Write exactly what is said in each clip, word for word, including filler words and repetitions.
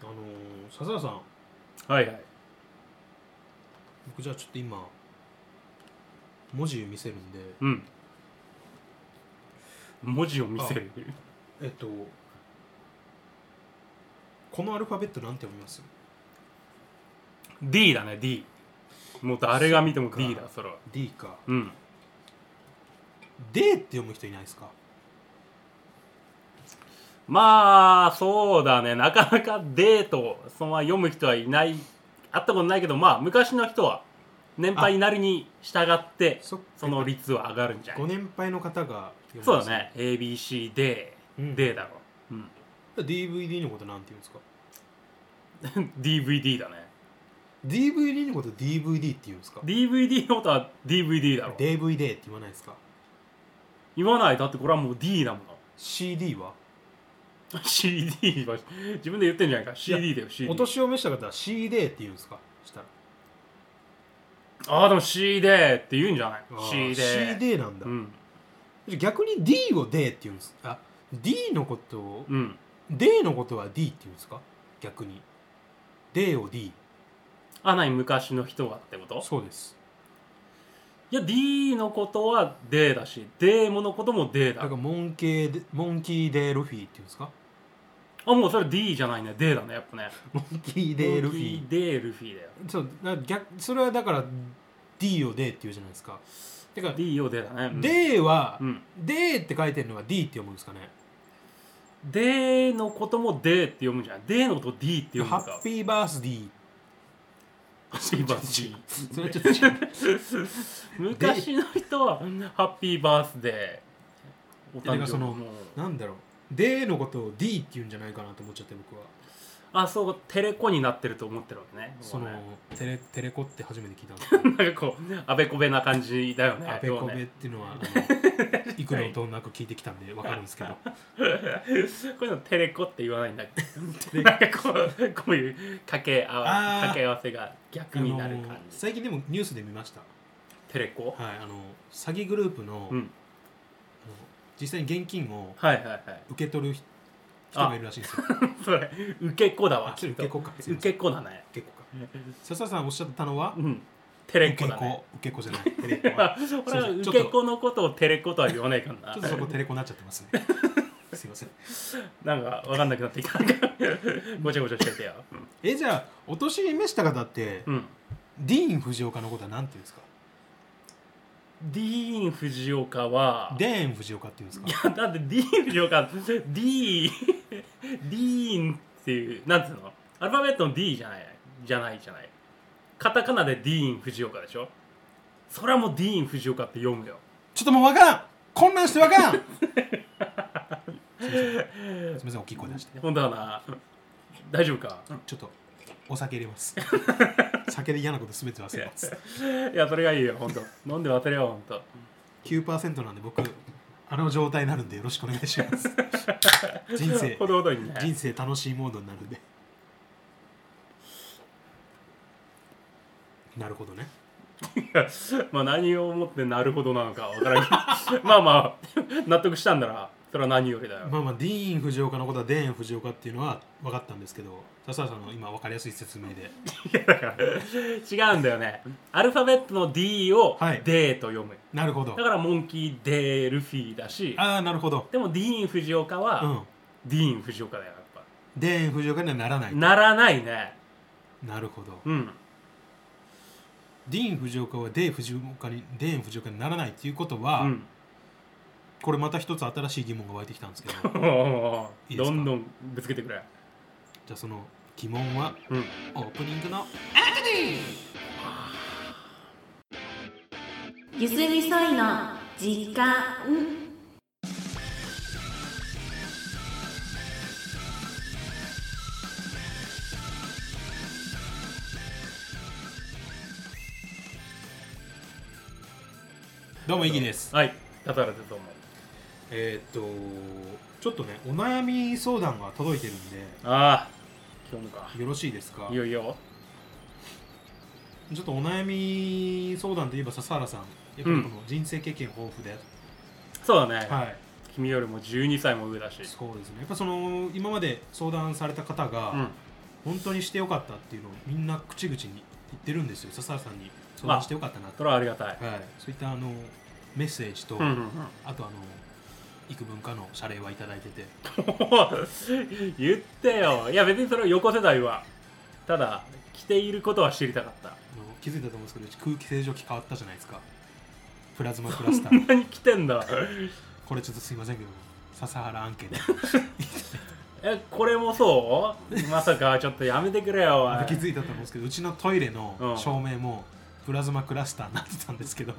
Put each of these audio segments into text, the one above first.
あのー、笹田さん、 はいはい。 僕じゃあちょっと今文字見せるんで、 うん。文字を見せる。 えっとこのアルファベットなんて読みます？ D だね D。もう誰が見ても D だそれは。 D か。 うん。 D って読む人いないですか？ まあそうだね、なかなか D とそのまま読む人はいない、会ったことないけど、まあ昔の人は年配なりに従ってその率は上がるんじゃない？ ご年配の方が読む。 そうだね。 エービーシーディー、うん、D だろう、うん、 ディーブイディー のことなんて言うんですか？ ディーブイディー だね。 ディーブイディー のこと ディーブイディー って言うんですか？ ディーブイディー のことは ディーブイディー だろう。 ディーブイディー って言わないですか？ 言わない。だってこれはもう D だもの。 シーディー は？ シーディー は自分で言ってんじゃないか。 シーディー だよ シーディー。 お年を召した方は シーディー って言うんですか？したらああでも シーディー って言うんじゃない？ シーディーシーディー なんだ、うん、逆に D を D って言うんです。あ D のことを、うん、D のことは D って言うんですか？逆に D を D。 あ、何昔の人はってこと？ そうです。 いや D のことは D だし D ものことも D だ。 だからモンキーモンキーデルフィーって言うんですか？ あ、もうそれ D じゃないね。D だね、やっぱね。 モンキーデルフィー。 モンキーデルフィーだよ。 そうだ逆、それはだから D を D って言うじゃないですか。だから D を D だね。うん、 D は、うん、D って書いてるのは D って読むんですかね？ D のことも D って読むんじゃない？ D のことを D って読むんか。 ハッピーバースディー。 ハッピーバースディー。 それちょっと違う。 昔の人はハッピーバースデー。お誕生日のなんだろう。D のことを D って言うんじゃないかなと思っちゃって僕は。 あ、そうテレコになってると思ってるわけね。 そのねテレテレコって初めて聞いたんですけどなんかこうあべこべな感じだよね。 あべこべっていうのは幾度となく聞いてきたんで分かるんですけどこういうのテレコって言わないんだけどなんかこうこういう掛け合わ掛け合わせが逆になる感じ、あのー、 最近でもニュースで見ました。 テレコ、 はい、あの詐欺グループの、うん、あの実際に現金を受け取る人がいるらしいんですよ。 それ受け子だわ。 受け子か。 受け子だね。 受け子か。笹さんおっしゃったのは、 うん、テレコだね。 受け子じゃない。テレコは。 俺は受け子のことをテレコとは言わないからな。 ちょっとそこテレコになっちゃってますね。すいません。 なんか分かんなくなってきた。ごちゃごちゃしててよ。 えじゃあお年召した方って、うん、ディーン・フジオカのことは何て言うんですか？ ディーン・フジオカはデーン・フジオカって言うんですか？いやだってディーン・フジオカディーディーンっていうなんていうのアルファベットの D じゃないじゃないじゃないカタカナでディーン・フジオカでしょ。それはもうディーン・フジオカって読むよ。 ちょっともう分からん混乱して分からんすみませんすみません大きい声出して本当だな。大丈夫か？ ちょっとお酒入れます酒で嫌なことすべて忘れます。 いやそれがいいよ本当。飲んで忘れよう本当。 きゅうパーセント なんで僕あの状態になるんでよろしくお願いします人生ほどほどにね。 人生楽しいモードになるんで。なるほどね。 まあ何を思ってなるほどなのかわからんけどまあまあ納得したんだな。それは何よりだよ。 まあまあディーン・フジオカのことはデーン・フジオカっていうのは分かったんですけど、笹田さんの今分かりやすい説明で。 いやだから違うんだよね。アルファベットの D を D と読む、はい、 なるほど。 だからモンキー・デ・ルフィだし。 ああなるほど。 でもディーン・フジオカは、うん、ディーン・フジオカだよやっぱ。 デーン・フジオカにはならない。 ならないね。 なるほど。 うん。 ディーン・フジオカはデー・フジオカにデーン・フジオカにならないっていうことは、うん、これまた一つ新しい疑問が湧いてきたんですけどいいですか？どんどんぶつけてくれ。 じゃあその疑問は、うん、オープニングのアクティゆすみそいの時間。 どうもイギです。 はい、たたらでどうも。 えー、っとちょっとねお悩み相談が届いてるんで、 ああ今日もか。 よろしいですか？ いいよいいよ。 ちょっとお悩み相談といえば笹原さんやっぱりこの人生経験豊富で、うん、 そうだね、 はい、 君よりもじゅうにさいも上だし。 そうですね。やっぱその今まで相談された方が、うん、 本当にしてよかったっていうのをみんな口々に言ってるんですよ。笹原さんに相談してよかったなと。 それはありがたい。 はい、そういったあのメッセージと、 うんうんうん、 あとあの幾分かの謝礼はいただいてて言ってよ。いや別にそれは横世代はただ着ていることは知りたかった。 あの気づいたと思うんですけど、うち空気清浄機変わったじゃないですか。プラズマクラスター何着てんだこれちょっとすいませんけど笹原案件でえ、これもそうまさかちょっとやめてくれよ。 気づいたと思うんですけど、うちのトイレの照明もプラズマクラスターになってたんですけど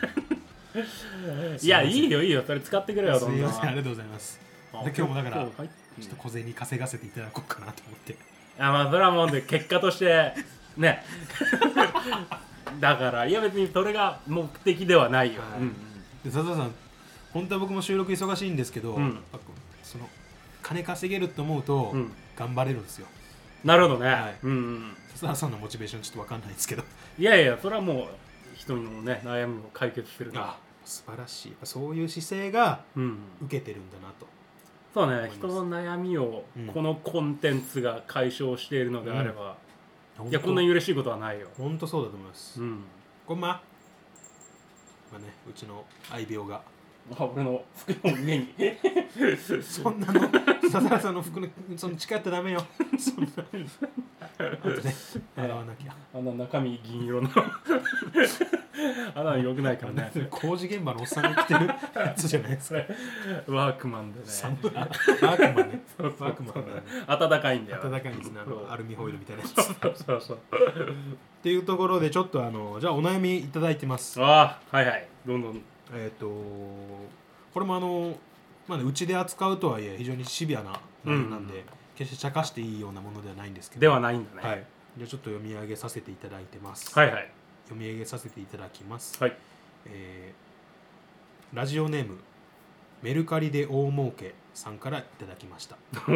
いやいいよいいよ、それ使ってくれよ。 すみません、ありがとうございます。で今日もだからちょっと小銭稼がせていただこうかなと思って。 あ、まあそれはもうで結果としてねだからいや別にそれが目的ではないよ、 はい、 うん、 で笹田さん、本当は僕も収録忙しいんですけど、うん、その金稼げると思うと頑張れるんですよ、 うん、なるほどね、 はい、 うんうん、 笹田さんのモチベーションちょっと分かんないですけどいやいや、それはもう人のね悩みを解決するから。 素晴らしい。そういう姿勢が受けてるんだなと、 うん、そうね、人の悩みをこのコンテンツが解消しているのであれば、うん、いやこんなに嬉しいことはないよ。本当そうだと思います、うん、こんばんは。まあね、うちの愛病があ、俺の服の上にそんなの笹原さんの服のその近寄ってダメよそんなあとね、洗わなきゃ。 あの中身銀色のあの良くないからね。 工事現場のおっさんが着てるやつじゃないですか。 ワークマンでね。 ワークマンね。ワークマンね。 暖かいんだよ。 暖かいんですね。あのアルミホイルみたいなやつ。そうそうそう。っていうところでちょっとあのじゃあお悩みいただいてます。 ああ、はいはい。どんどん。 えっとこれもあのまあね、うちで扱うとはいえ非常にシビアな内容なんで、うん、決して茶化していいようなものではないんですけど。 ではないんだね。 はい。じゃあちょっと読み上げさせていただいてます。 はいはい。 読み上げさせていただきます。 はい。 えー、ラジオネームメルカリで大儲けさんからいただきました。おお。はい。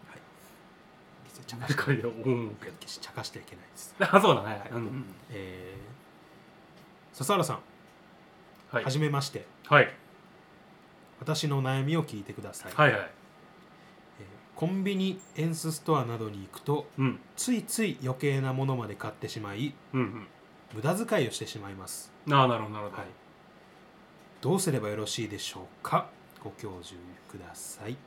メルカリで大儲け。 茶化してはいけないです。 あ、そうだね。はい、 うん、えー、笹原さん、はい、はじめまして。 はい。 私の悩みを聞いてください。 はいはい。 えー、コンビニエンスストアなどに行くと、うん、ついつい余計なものまで買ってしまい、うんうん、無駄遣いをしてしまいます。 ああ、なるほどなるほど、はい。 どうすればよろしいでしょうか。ご教授ください。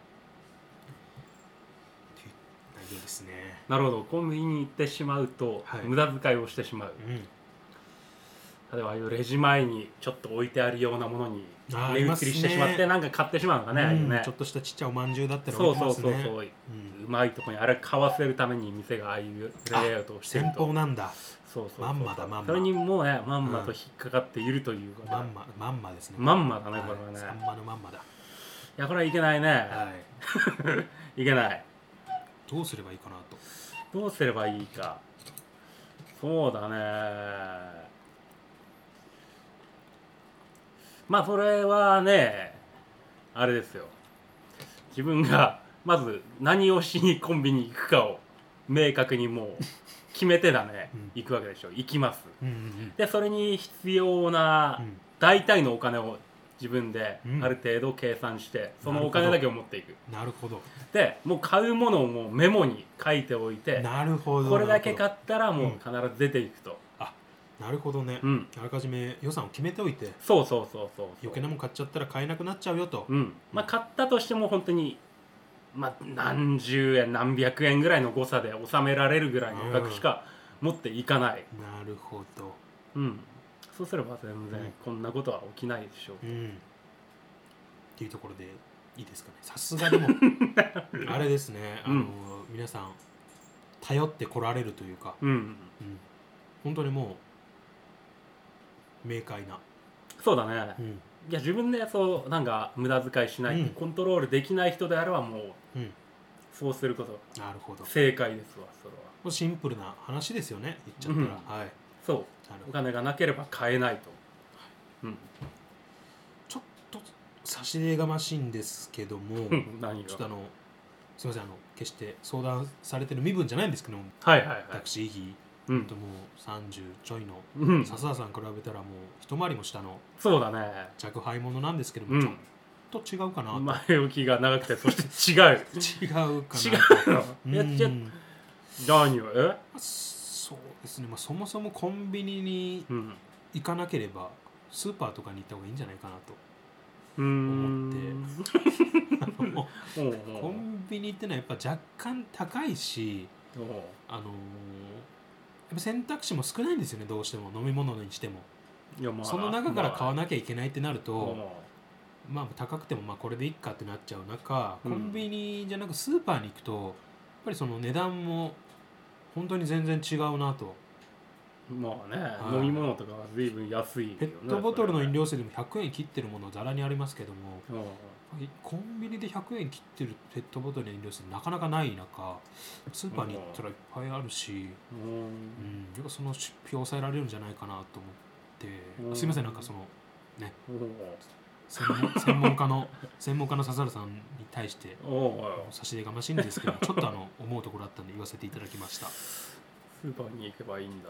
内容ですね。 なるほど。コンビニに行ってしまうと、はい、無駄遣いをしてしまう。うん、例えばああいうレジ前にちょっと置いてあるようなものに目移りしてしまってなんか買ってしまうのかね、うん、ああいうね。 ちょっとしたちっちゃいおまんじゅうだったら置いてますね。 そうそうそうそう、うん、うまいとこにあれ買わせるために店がああいうレイアウトをしてると。 先方なんだ。 そうそうそう、 まんまだまんま。 それにもうね、まんまと引っかかっているというか、ね、うん、まんままんまですね。 まんまだね、これはね。 さんまのまんまだ。いや、これはいけないね。 はい。 いけない。 どうすればいいかなと。 どうすればいいか。そうだね。まあそれはね、あれですよ。自分がまず何をしにコンビニ行くかを明確にもう決めてだね、うん、行くわけでしょ。行きます、うんうんうん、でそれに必要な大体のお金を自分である程度計算して、うん、そのお金だけを持っていく。 なるほど。 でもう買うものをもうメモに書いておいて、 なるほど、 これだけ買ったらもう必ず出ていくと、うん、 あ、なるほどね、うん、あらかじめ予算を決めておいて、 そうそうそうそう、 余計なもん買っちゃったら買えなくなっちゃうよと、 うん、まあ買ったとしても本当にまあ何十円何百円ぐらいの誤差で収められるぐらいの額しか持っていかない、 うん、なるほど、 うん、そうすれば全然こんなことは起きないでしょう、うん、 っていうところでいいですかね。さすがでもあれですね、あの、うん、皆さん頼ってこられるというか、うんうん、本当にもう明快な。 そうだね、うん、いや自分でそうなんか無駄遣いしない、うん、コントロールできない人であればもう、うん、そうすることなるほど正解ですわ。それはもうシンプルな話ですよね、言っちゃったら、うん、はい、 そうお金がなければ買えないと、はい、うん、 ちょっと差し出がましいんですけども何がちょっとあのすみません、あの決して相談されてる身分じゃないんですけども、 はいはいはい、 私意義、うん、ともうさんじゅうちょいの、うん、笹田さん比べたらもう一回りも下のそうだね若輩者なんですけども、うん、ちょっと違うかなと。 前置きが長くてそして違う違うかなと違うの、うん、いや何をえそうですね、まあ、そもそもコンビニに行かなければスーパーとかに行った方がいいんじゃないかなと思ってコンビニってのはやっぱ若干高いし、あのー、やっぱ選択肢も少ないんですよね、どうしても飲み物にしても。いや、まあ、その中から買わなきゃいけないってなると、まあ、まあ高くてもまあこれでいいかってなっちゃう中、コンビニじゃなくスーパーに行くとやっぱりその値段も本当に全然違うなと。 まあね、はい、飲み物とかは随分安いよね。 ペットボトルの飲料水でもひゃくえん切ってるものざらにありますけども、コンビニでひゃくえん切ってるペットボトルの飲料水なかなかない中、スーパーに行ったらいっぱいあるし、うん、やっぱその出費を抑えられるんじゃないかなと思って、すいません、なんかそのね、専門、専門家の専門家の笹原さんに対して差し出がましいんですけど、ちょっとあの思うところあったんで言わせていただきました。 スーパーに行けばいいんだ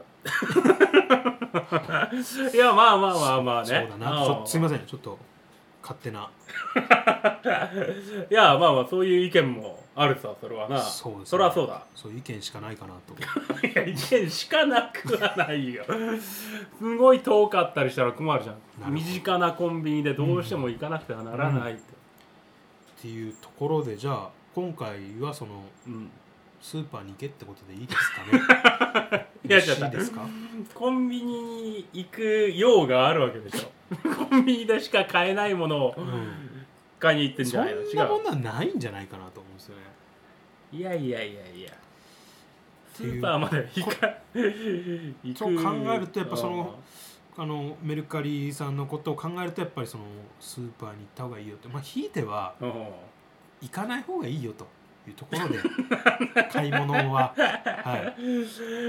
っていや、まあまあまあまあね、 そうだな、ちょすいません、ちょっと勝手ないや、まあまあそういう意見もあるさ、それはな。そうですね、それはそうだ、 そういう意見しかないかなといや、意見しかなくはないよすごい遠かったりしたら困るじゃん。身近なコンビニでどうしても行かなくてはならないって、うんうん、 っていうところで、じゃあ今回はその、うん、スーパーに行けってことでいいですかねいや、じゃあコンビニに行く用があるわけでしょコンビニでしか買えないものを、うん、買いに行ってんじゃないの。 そんなものはないんじゃないかなと思うんですよね。 いやいやいやいや、スーパーまで行か行く。そう考えるとやっぱそのあのメルカリさんのことを考えるとやっぱりそのスーパーに行った方がいいよって、まあひいては行かない方がいいよというところで買い物は、はい、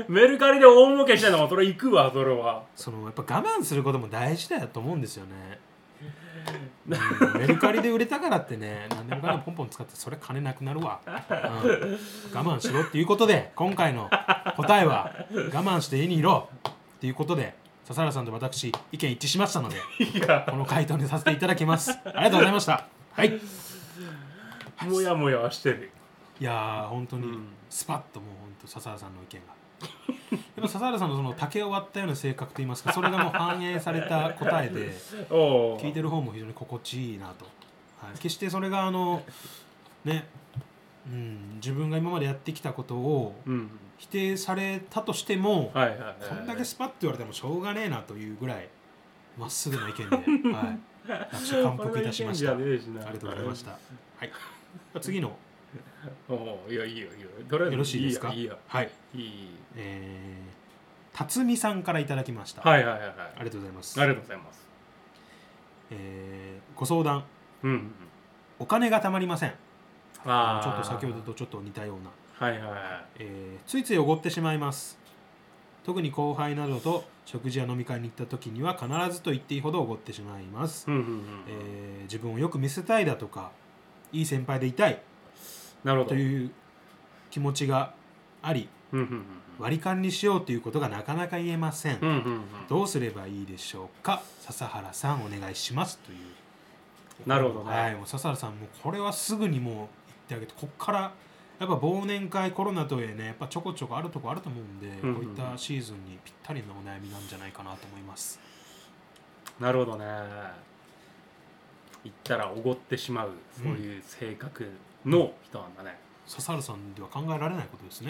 メルカリで大儲けしてるのもそれ行くわ。それはそのやっぱ我慢することも大事だと思うんですよねうん、メルカリで売れたからってね、何でもかんでもポンポン使ってそれ金なくなるわ、うん、我慢しろっていうことで今回の答えは我慢して家にいろっていうことで、笹原さんと私意見一致しましたのでこの回答にさせていただきます。ありがとうございました。はい、 もやもやしてる。 いやー本当にスパッともう本当笹原さんの意見がやっぱ笹原さんのその竹を割ったような性格といいますか、それがもう反映された答えで聞いてる方も非常に心地いいなと、はい、決してそれがあのね、うん、自分が今までやってきたことを否定されたとしても、こんだけスパッと言われてもしょうがねえなというぐらいまっすぐな意見で、はい、私感服いたしました。ありがとうございました。はい、次のおいやいいよいいよ、 どれよろしいですか。 いいよ、 はい、いい、えー、辰巳さんからいただきました。 はいはいはい、はい、 ありがとうございます。 ありがとうございます。 えー、ご相談、 うんうん、 お金がたまりません。 あちょっと先ほどとちょっと似たような、はいはいはい、 えー、ついついおごってしまいます。特に後輩などと食事や飲み会に行った時には必ずと言っていいほどおごってしまいます、 うんうんうん、 えー、自分をよく見せたいだとかいい先輩でいたいなるほどという気持ちがあり、 うんうんうん、 割り勘にしようということがなかなか言えません、 うんうんうん、 どうすればいいでしょうか。笹原さんお願いしますという。 なるほどね、 はい、もう笹原さんもこれはすぐにもう言ってあげて、こっからやっぱ忘年会コロナとはいえね、やっぱちょこちょこあるとこあると思うんで、うんうん、こういったシーズンにぴったりのお悩みなんじゃないかなと思います。 なるほどね。言ったらおごってしまう、そういう性格の人なんだね、 うん、笹原さんでは考えられないことですね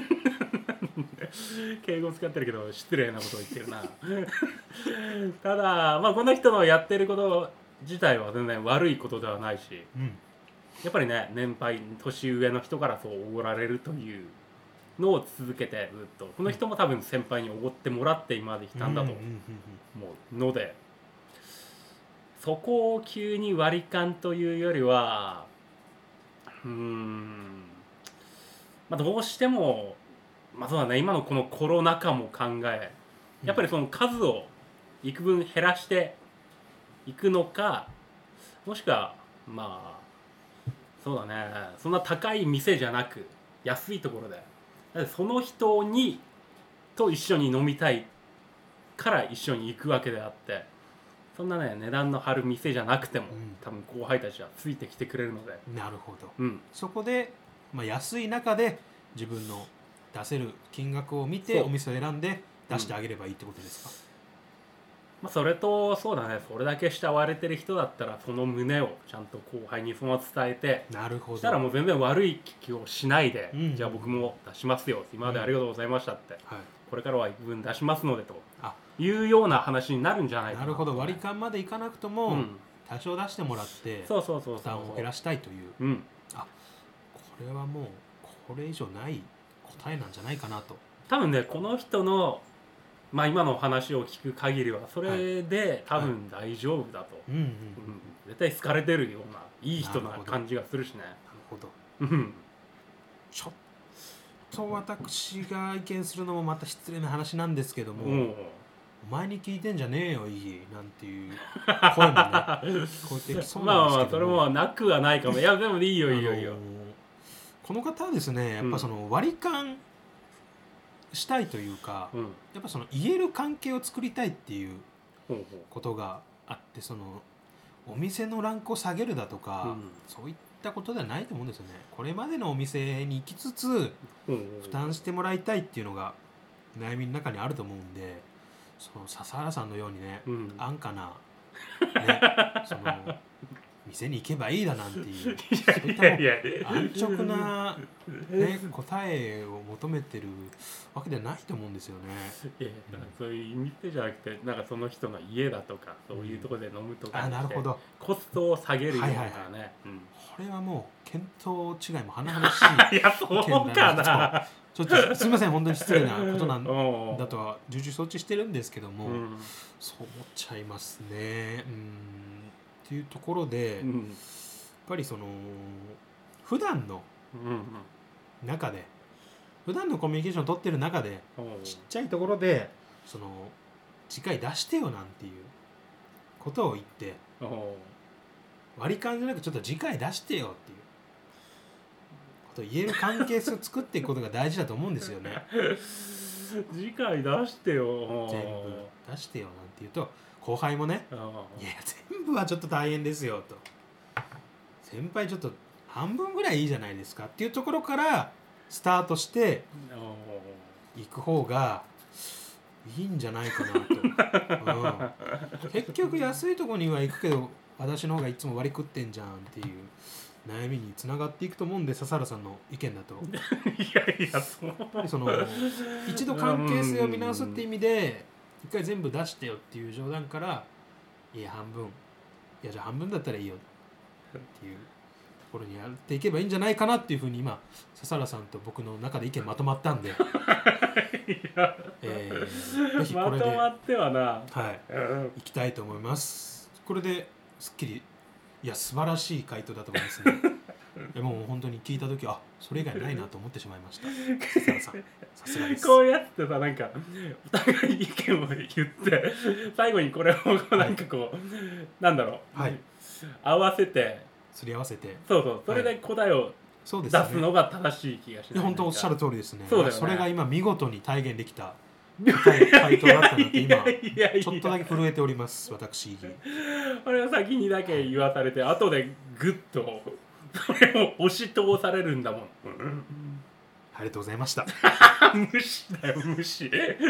敬語使ってるけど失礼なことを言ってるなただまあこの人のやってること自体は全然悪いことではないし、 うん、 やっぱりね、年配年上の人からそうおごられるというのを続けてずっと、この人も多分先輩におごってもらって今まで来たんだと思うので、そこを急に割り勘というよりはうーん、まあ、どうしてもまあそうだね、今のこのコロナ禍も考え、やっぱりその数を幾分減らしていくのか、もしくはまあそうだね、そんな高い店じゃなく安いところで、だってその人にと一緒に飲みたいから一緒に行くわけであって、そんなね値段の張る店じゃなくても、うん、多分後輩たちはついてきてくれるので。 なるほど、 うん、 そこで、まあ、安い中で自分の出せる金額を見てお店を選んで出してあげればいいってことですか？ まあ、それとそうだね、それだけ慕われてる人だったらその旨をちゃんと後輩にそのまま伝えて、 なるほど。 したらもう全然悪い気をしないで、 うん、 じゃあ僕も出しますよ、今までありがとうございましたって、うん、はい、これからは一分出しますのでというような話になるんじゃないかな。 なるほど、割り勘までいかなくとも、うん、多少出してもらって負担を減らしたいという、うん、あ、これはもうこれ以上ない答えなんじゃないかなと。 多分ね、この人のまあ今の話を聞く限りはそれで多分大丈夫だと、はい、うんうんうん、絶対好かれてるようないい人な感じがするしね。なるほど。ちょっと私が意見するのもまた失礼な話なんですけども、うん、お前に聞いてんじゃねえよいいなんていう声もね聞こえてきそうなんですけども、まあまあそれもなくはないかも。いやでもいいよいいよいいよ、あのー、 この方はですね、やっぱその割り勘したいというか、うん、やっぱその言える関係を作りたいっていうことがあって、そのお店のランクを下げるだとか、うん、そういったことではないと思うんですよね。これまでのお店に行きつつ負担してもらいたいっていうのが悩みの中にあると思うんで、その笹原さんのようにね、うん、安価な、ね、その店に行けばいいだなんていう、そういったも安直な、ね、答えを求めてるわけではないと思うんですよね。 いやいや、そういう意味でじゃなくて、なんかその人の家だとかそういうところで飲むとか、うん、あ、なるほど、コストを下げるようなね、はいはいはい、うん、 これはもう見当違いも甚だしいいやそうかな、 ちょっとすみません、本当に失礼なことなんだとは重々承知してるんですけども、うん、そう思っちゃいますね。うんっていうところで、うん、やっぱりその普段の中で、普段のコミュニケーションを取ってる中で、ちっちゃいところでその次回出してよなんていうことを言って、割り勘じゃなくちょっと次回出してよっていうことを言える関係性を作っていくことが大事だと思うんですよね。 次回出してよ、 全部出してよなんて言うと後輩もね、いや全部はちょっと大変ですよと、先輩ちょっと半分ぐらいいいじゃないですかっていうところからスタートしていく方がいいんじゃないかなと、うん、結局安いところには行くけど私の方がいつも割り食ってんじゃんっていう悩みにつながっていくと思うんで、笹原さんの意見だといやいや、そうやっぱりその一度関係性を見直すって意味で一回全部出してよっていう冗談から、いや半分、いやじゃあ半分だったらいいよっていうところにやっていけばいいんじゃないかなっていうふうに今笹原さんと僕の中で意見まとまったんでいや、えー、ぜひこれでまとまってはな、 はい、いきたいと思います。これですっきり、いや素晴らしい回答だと思いますね。でもう本当に聞いた時はそれ以外ないなと思ってしまいました。笹原さん、さすがです。 こうやってさ、なんかお互い意見を言って最後にこれをなんかこう、はい、なんだろう、はい、合わせてすり合わせて、 そうそう、それで答えを出すのが正しい気がしない。 本当おっしゃる通りですね。 そうだよね。 それが今見事に体現できた回答だったので今ちょっとだけ震えております私。 あれは先にだけ言わされて、後でグッとそれを押し通されるんだもん。 ありがとうございました。 無視だよ無視。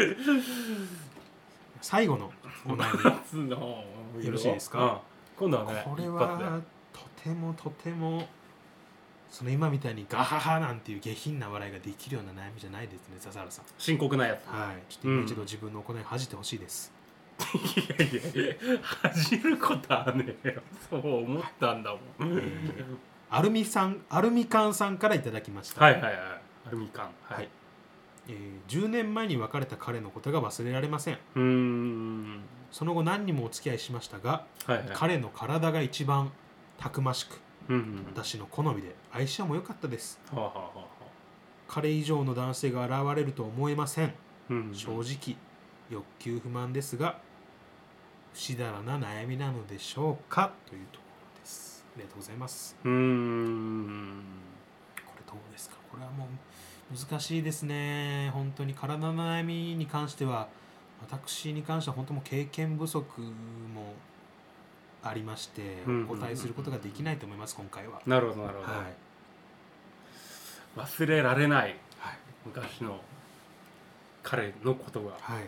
最後のお悩みよろしいですか？ 今度はね、 これはとてもとてもその今みたいにガハハなんていう下品な笑いができるような悩みじゃないですね、笹原さん。 深刻なやつ。 はい、ちょっと今一度自分の行いを恥じてほしいです。 いやいやいや、恥じることはねえよ。そう思ったんだもん。えー、 アルミさん、アルミカンさんからいただきました。 はいはいはい。アルミカン。はい。はい、 えー、じゅうねんまえに別れた彼のことが忘れられません。 うーん。 その後何人もお付き合いしましたが、 はいはい、 彼の体が一番たくましく、 うんうん、 私の好みで相性も良かったです。 はあはあはあ、 彼以上の男性が現れると思えません。 うんうん、 正直欲求不満ですが不死だらな悩みなのでしょうかというところです。ありがとうございます。 うーん、 これどうですか？これはもう難しいですね。本当に体の悩みに関しては私に関しては本当も経験不足もありまして、お答えすることができないと思います、今回は。 なるほどなるほど、 はい、 忘れられない、 はい、 昔の彼のことが。 はい。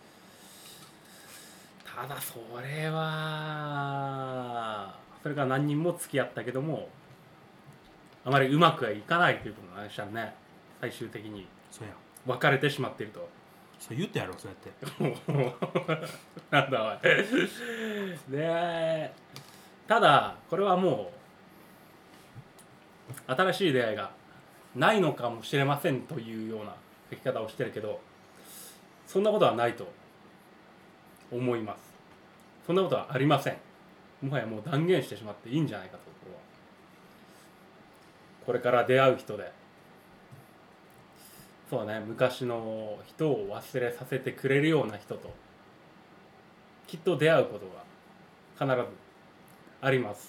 ただそれはそれから何人も付き合ったけどもあまりうまくはいかないということなんでしたね。最終的にそうや。 別れてしまっていると。 そう言ってやろう、そうやって。 なんだおい。でただこれはもう新しい出会いがないのかもしれませんというような書き方をしてるけど、そんなことはないと思います。そんなことはありません。もはやもう断言してしまっていいんじゃないかと。これはこれから出会う人で、そうね、昔の人を忘れさせてくれるような人ときっと出会うことが必ずあります。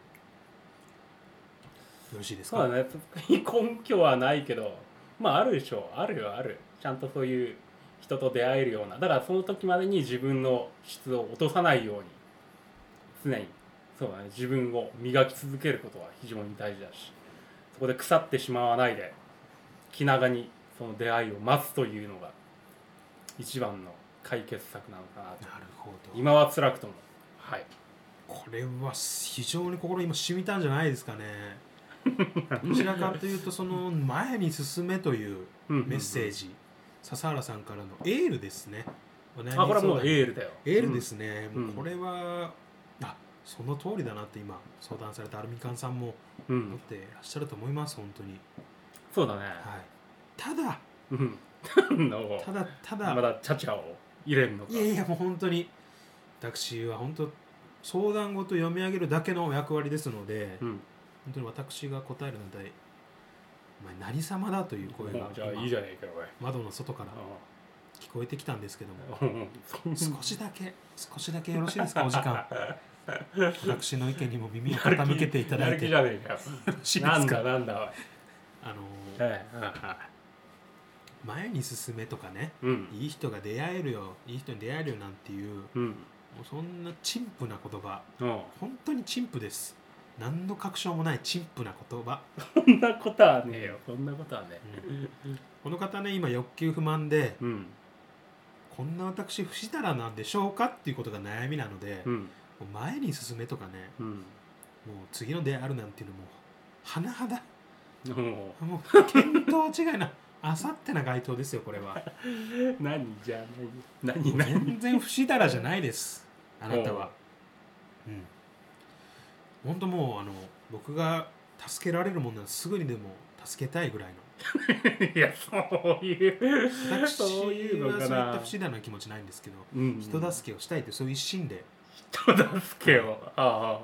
よろしいですか。 そうだね、根拠はないけど、まああるでしょう。あるよ、ある。ちゃんとそういう人と出会えるような、だからその時までに自分の質を落とさないように常にそうだね、自分を磨き続けることは非常に大事だし、そこで腐ってしまわないで気長にその出会いを待つというのが一番の解決策なのかなと。 なるほど。 今は辛くとも、はい、 これは非常に心今染みたんじゃないですかね。どちらかというとその前に進めというメッセージ、笹原さんからのエールですね。 あ、これはもうエールだよ。 エールですね、 うん、 これはあその通りだなって今相談されたアルミカンさんも思っていらっしゃると思います、本当に。 そうだね、はい、 ただただただまだチャチャを入れるのか。 いやいやもう本当に私は本当相談事読み上げるだけの役割ですので、うん、本当に私が答えるのでお前何様だという声がじゃあいいじゃねえかおい窓の外から聞こえてきたんですけども少しだけ少しだけよろしいですかお時間私の意見にも耳を傾けていただいてやる気じゃねえかよろしいですか。 なんだなんだおいあのーええ、 前に進めとかね、 うん、 いい人が出会えるよいい人に出会えるよなんていう、うん、もうそんな陳腐な言葉、うん、本当に陳腐です。何の確証もない陳腐な言葉。 そんなことはねえよ。そんなことはね、 うん、この方ね今欲求不満で、 うん、 こんな私不死だらなんでしょうかっていうことが悩みなので、うん、もう前に進めとかね、うん、もう次の出会いあるなんていうのも甚だもう見当違いなあさってな該当ですよこれは。 何じゃない何何全然不死だらじゃないですあなたは。うん本当もうあの僕が助けられるものならすぐにでも助けたいぐらいのいやそういう私はそういった不自然な気持ちないんですけど、うんうん、人助けをしたいというそういう一心で人助けを、 はい、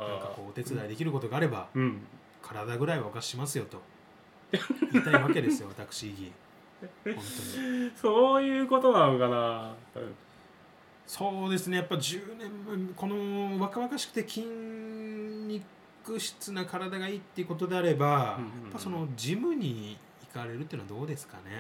なんかこうお手伝いできることがあれば、うん、体ぐらいはお貸ししますよと言いたいわけですよ私意義本当にそういうことなのかな。 そうですねやっぱじゅうねんこの若々しくて筋肉質な体がいいっていうことであれば、うんうんうん、やっぱそのジムに行かれるっていうのはどうですかね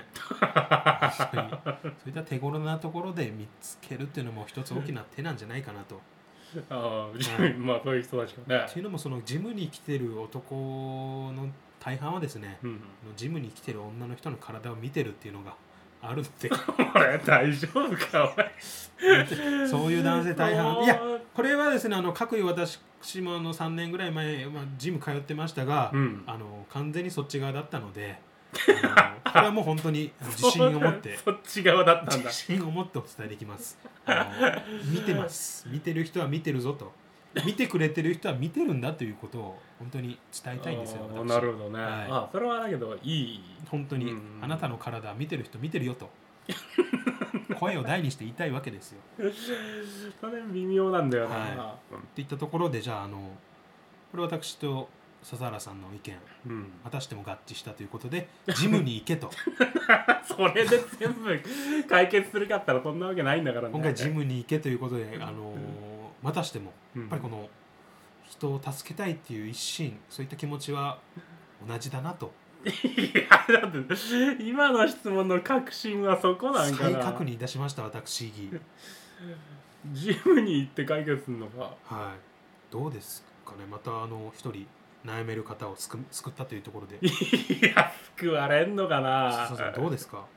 そういった手頃なところで見つけるっていうのも一つ大きな手なんじゃないかなと。 ああ、はい、まあそういう人たちがね。 っていうのもそのジムに来てる男の大半はですね、うんうん、ジムに来てる女の人の体を見てるっていうのがあるって俺大丈夫かおいそういう男性大半いやこれはですねあの各位私もあのさんねんぐらい前、まあ、ジム通ってましたが、うん、あの完全にそっち側だったのであのこれはもう本当に自信を持ってそっち側だったんだ自信を持ってお伝えできます。あの見てます見てる人は見てるぞと見てくれてる人は見てるんだということを本当に伝えたいんですよ。 なるほどね、はい、あそれはだけどいい本当に、うん、あなたの体見てる人見てるよと声を大にして言いたいわけですよ。 それ微妙なんだよな、 はい、っていったところでじゃああのこれ私と笹原さんの意見、うん、またしても合致したということでジムに行けとそれで全部解決するかったらそんなわけないんだからね。 今回ジムに行けということであのまたしてもやっぱりこの人を助けたいっていう一心そういった気持ちは同じだなと。 いやだって今の質問の確信はそこなんかな。 再確認いたしました私ジムに行って解決するのか。 はいどうですかね。またあの一人悩める方を救ったというところでいや救われんのかな。 笹さんどうですか。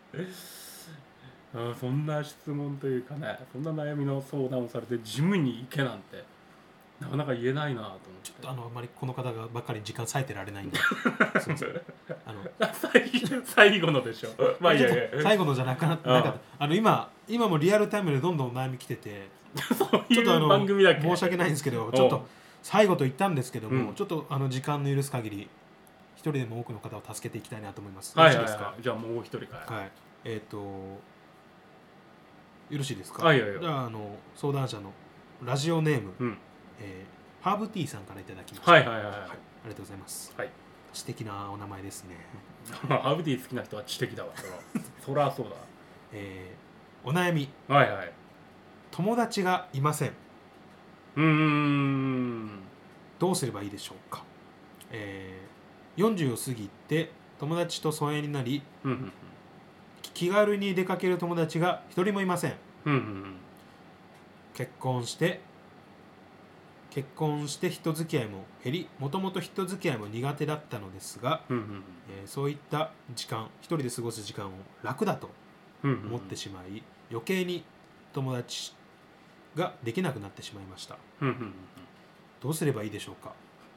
あそんな質問というかね、そんな悩みの相談をされてジムに行けなんてなかなか言えないなと思って。 ちょっとあのあんまりこの方がばっかり時間割いてられないんで。すいません。あの最後のでしょ。まあいやいや。 最後のじゃなくなったなかった。あの今今もリアルタイムでどんどんお悩み来てて、 ちょっとあの番組だけ申し訳ないんですけど、ちょっと最後と言ったんですけども、 うん、 ちょっとあの時間の許す限り一人でも多くの方を助けていきたいなと思います。 はいはいはい。じゃあもう一人かい。 はい。えっ、ー、とよろしいですか。 はいはいはい。 じゃああの相談者のラジオネーム、 うん、 えー、ハーブティーさんからいただきました。 はいはいはい、はい、ありがとうございます。 はい。 知的なお名前ですね。 ハーブティー好きな人は知的だわ。そらそうだ。 えー、お悩み。 はいはい。 友達がいません。 うーん。 どうすればいいでしょうか。えー、よんじゅうを過ぎて友達と疎遠になり、 うんうんうん、 気軽に出かける友達が一人もいません。 うんうんうん、 結婚して結婚して人付き合いも減り、もともと人付き合いも苦手だったのですが、 うんうんうん、 えー、そういった時間、一人で過ごす時間を楽だと思ってしまい、うんうんうん、余計に友達ができなくなってしまいました。 うんうんうん、 どうすればいいでしょうか。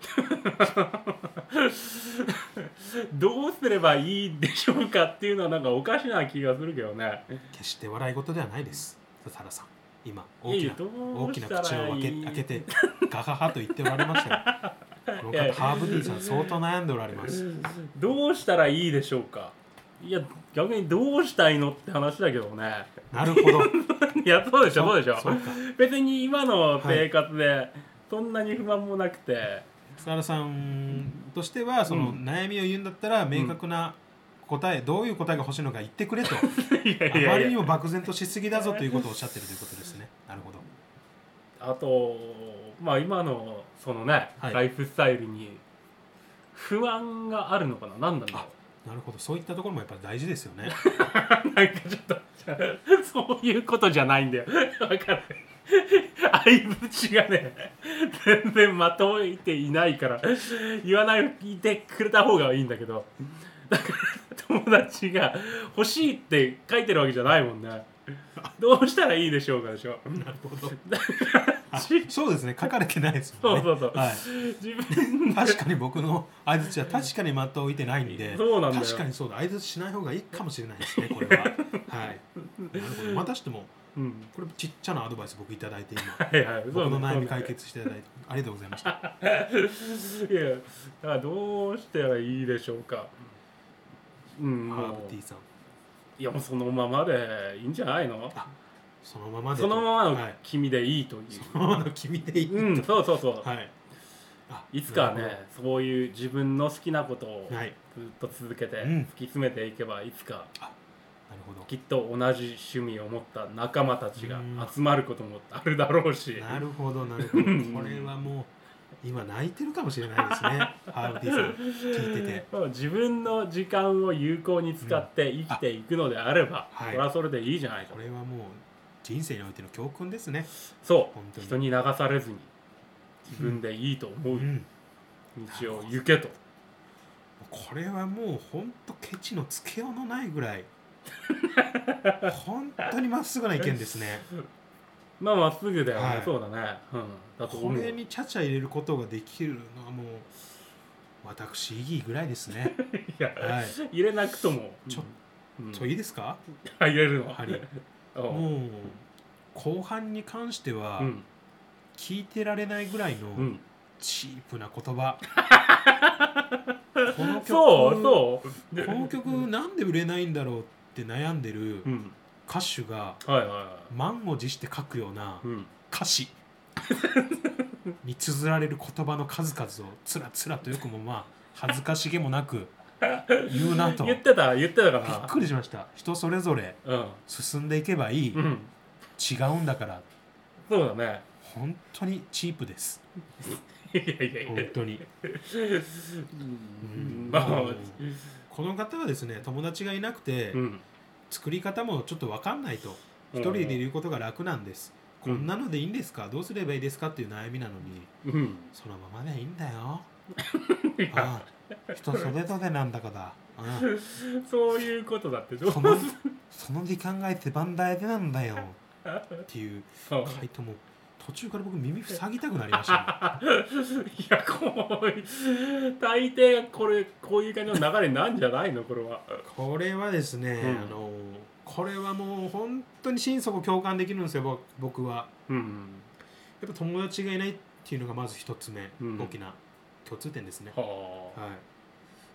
どうすればいいでしょうかっていうのはなんかおかしな気がするけどね。 決して笑い事ではないです、笹原さん。今大きな大きな口を開け、開けてガハハと言っておられましたよ。この方ハーブティーさん相当悩んでおられます。 どうしたらいいでしょうか。いや逆にどうしたいのって話だけどね。 なるほど。 いやそうでしょそうでしょ。別に今の生活でそんなに不満もなくて、はい、 笹原さんとしてはその悩みを言うんだったら明確な答え、うん、どういう答えが欲しいのか言ってくれと。いやいやいや、あまりにも漠然としすぎだぞということをおっしゃってるということですね。なるほど。 あとまあ今のそのね、はい、ライフスタイルに不安があるのかな。何なんだろう。 なるほど。そういったところもやっぱり大事ですよね。 なんかちょっとそういうことじゃないんだよ。分かる。相づちがね全然まとめていないから言わないでくれた方がいいんだけど、だから友達が欲しいって書いてるわけじゃないもんね。どうしたらいいでしょうかでしょ。 なるほど。そうですね、書かれてないですもんね。 そうそうそう、はい、 自分確かに僕の相づちは確かに的を置いてないんで、 そうなんだよ。 確かにそうだ、相づちしない方がいいかもしれないですね、これは。はい。なるほど。またしても、うん、これちっちゃなアドバイス僕いただいて今、はいはい、僕の悩み解決していただいてありがとうございました。いや、 だからどうしたらいいでしょうか。 うん、ハーブティーさん。 いやもうそのままでいいんじゃないの。 あ、そのままでそのままの君でいいという、はい、 そのままの君でいいと、 うん、そうそうそう、 はい、 あいつかねそういう自分の好きなことをずっと続けて突き詰めていけば、いつか、 あ、なるほど、 きっと同じ趣味を持った仲間たちが集まることもあるだろうし、 なるほどなるほど。これはもう今泣いてるかもしれないですね。ハーブティーさん聞いてて、 自分の時間を有効に使って生きていくのであれば、うん、それはそれでいいじゃないか。 これはもう人生においての教訓ですね。 そう本当に人に流されずに自分でいいと思う道を行けと、うんうん、これはもう本当ケチのつけようのないぐらい本当にまっすぐな意見ですね。 まあまっすぐだよね、はい、そうだね、うん、だと思う。 これにちゃちゃ入れることができるのはもう私意義ぐらいですね。 いや、はい、入れなくともちょっと、うん、いいですか。 入れるのやはりもう後半に関しては、うん、聞いてられないぐらいのチープな言葉、うん、この曲そうそうこの曲なんで売れないんだろうって悩んでる、うん歌手が満を持して書くような歌詞に綴られる言葉の数々をつらつらとよくもまあ恥ずかしげもなく言うなと言ってた言ってたかな。 びっくりしました。人それぞれ進んでいけばいい、うん、違うんだから。 そうだね。 本当にチープです。 いやいやいや本当に、うんまあ、この方はですね友達がいなくて、うん作り方もちょっと分かんないと、一人でいることが楽なんです、うん、こんなのでいいんですか、どうすればいいですかっていう悩みなのに、うん、そのままでいいんだよ、 ああ人それぞれなんだから、うん、 そういうことだってどうそのその時間が一番大事なんだよっていう回答も途中から僕耳塞ぎたくなりましたねいやこう大抵これこういう感じの流れなんじゃないのこれは。 これはですね、うん、あのこれはもう本当に心底共感できるんですよ僕は、うんうん、やっぱ友達がいないっていうのがまず一つ目、うん、大きな共通点ですね、はあ、はい、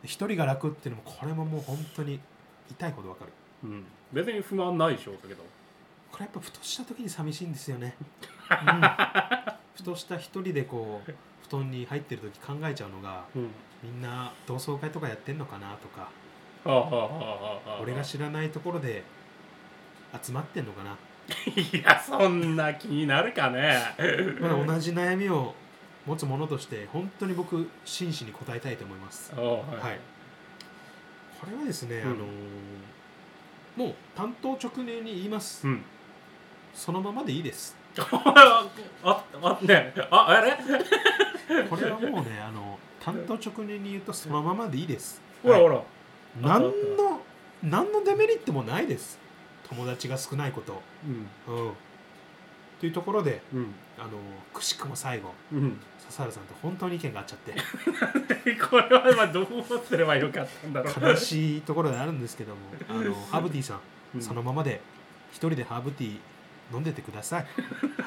一人が楽っていうのもこれももう本当に痛いほどわかる、 うん、別に不満ないでしょうけどこれやっぱふとした時に寂しいんですよね、うん、ふとした一人でこう布団に入ってる時考えちゃうのが、うん、みんな同窓会とかやってんのかなとか、はあはあはあはあ、俺が知らないところで集まってんのかな。 いやそんな気になるかねまだ同じ悩みを持つ者として本当に僕真摯に答えたいと思います、はいはい、これはですね、うん、あのー、もう単刀直入に言います、うん、そのままでいいですああねああれこれはもうねあの単刀直入に言うとそのままでいいです。 ほらほら、 何の何のデメリットもないです。友達が少ないこと、うんうん、というところで、うん、あのくしくも最後、うん、笹原さんと本当に意見が合っちゃってこれは今どうすればよかったんだろう悲しいところであるんですけどもあのハーブティーさん、うん、そのままで一人でハーブティー飲んでてください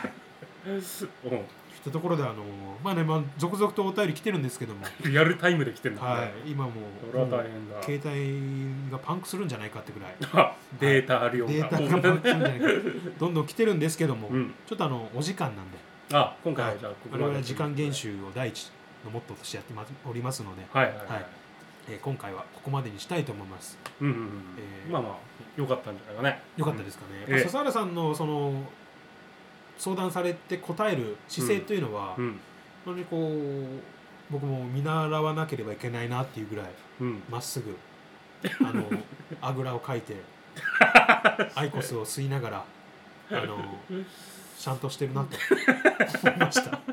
というところであのまあね、まあ、続々とお便り来てるんですけどもリアルタイムで来てるんだ、ね、 はい、今もうもう携帯がパンクするんじゃないかってぐらいデータ量が、 データがパンクするんじゃないかどんどん来てるんですけども、うん、ちょっとあのお時間なんであ今回はじゃあここまで我々は時間厳守を第一のモットーとしてやっておりますので、はいはいはいはい、えー、今回はここまでにしたいと思います、うんうんうん、 えー、まあまあ良かったんじゃないかね。 良かったですかね、うん、笹原さんのその相談されて答える姿勢というのは、うんうん、本当にこう僕も見習わなければいけないなっていうぐらいま、うん、っすぐあのあぐらをかいてアイコスを吸いながらあのちゃんとしてるなと思いました。はい。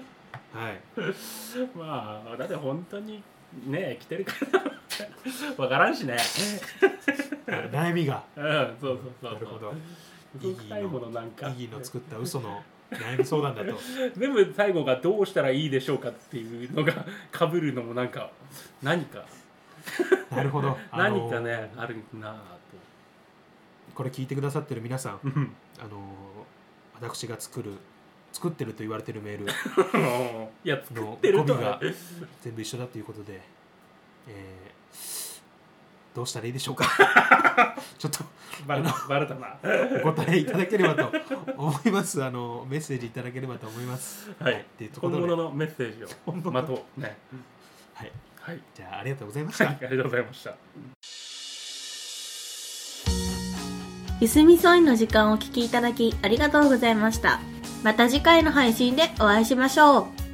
まあだって本当にね来てるからわからんしね悩みが、 うん、そうそうそう、 なるほど。 嘘くさいものなんかイギーの作った嘘の悩み相談だと全部最後がどうしたらいいでしょうかっていうのが被るのもなんか何かなるほど何かねあるなと。 これ聞いてくださってる皆さんあの私が作る作ってると言われてるメールいや作ってると語尾が全部一緒だということで、えー、どうしたらいいでしょうかちょっとバレたバレたなお答えいただければと思います。あのメッセージいただければと思います。 はい、はい、っていうところで本物のメッセージを待とうね。 はい、はい、じゃあありがとうございました。 ありがとうございました。 ゆすみそいの時間をお聞きいただきありがとうございました。また次回の配信でお会いしましょう。